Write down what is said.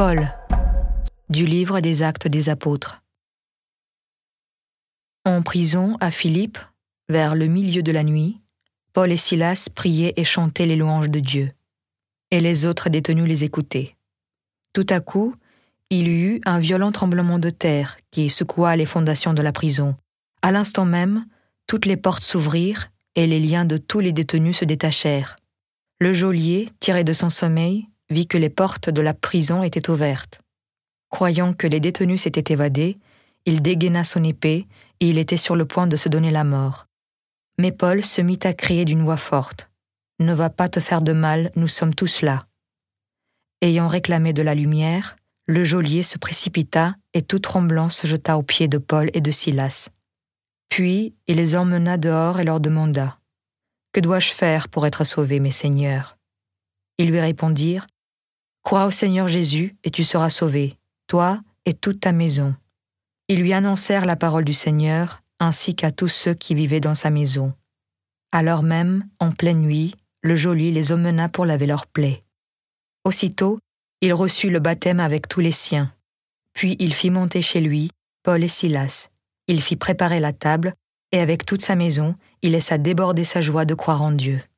Paul, du livre des Actes des Apôtres. En prison à Philippe, vers le milieu de la nuit, Paul et Silas priaient et chantaient les louanges de Dieu, et les autres détenus les écoutaient. Tout à coup, il y eut un violent tremblement de terre qui secoua les fondations de la prison. À l'instant même, toutes les portes s'ouvrirent et les liens de tous les détenus se détachèrent. Le geôlier, tiré de son sommeil, vit que les portes de la prison étaient ouvertes. Croyant que les détenus s'étaient évadés, il dégaina son épée et il était sur le point de se donner la mort. Mais Paul se mit à crier d'une voix forte « Ne va pas te faire de mal, nous sommes tous là ». Ayant réclamé de la lumière, le geôlier se précipita et tout tremblant se jeta aux pieds de Paul et de Silas. Puis il les emmena dehors et leur demanda « Que dois-je faire pour être sauvé, mes seigneurs ?» Ils lui répondirent « Crois au Seigneur Jésus et tu seras sauvé, toi et toute ta maison. » Ils lui annoncèrent la parole du Seigneur, ainsi qu'à tous ceux qui vivaient dans sa maison. Alors même, en pleine nuit, le geôlier les emmena pour laver leurs plaies. Aussitôt, il reçut le baptême avec tous les siens. Puis il fit monter chez lui Paul et Silas. Il fit préparer la table, et avec toute sa maison, il laissa déborder sa joie de croire en Dieu.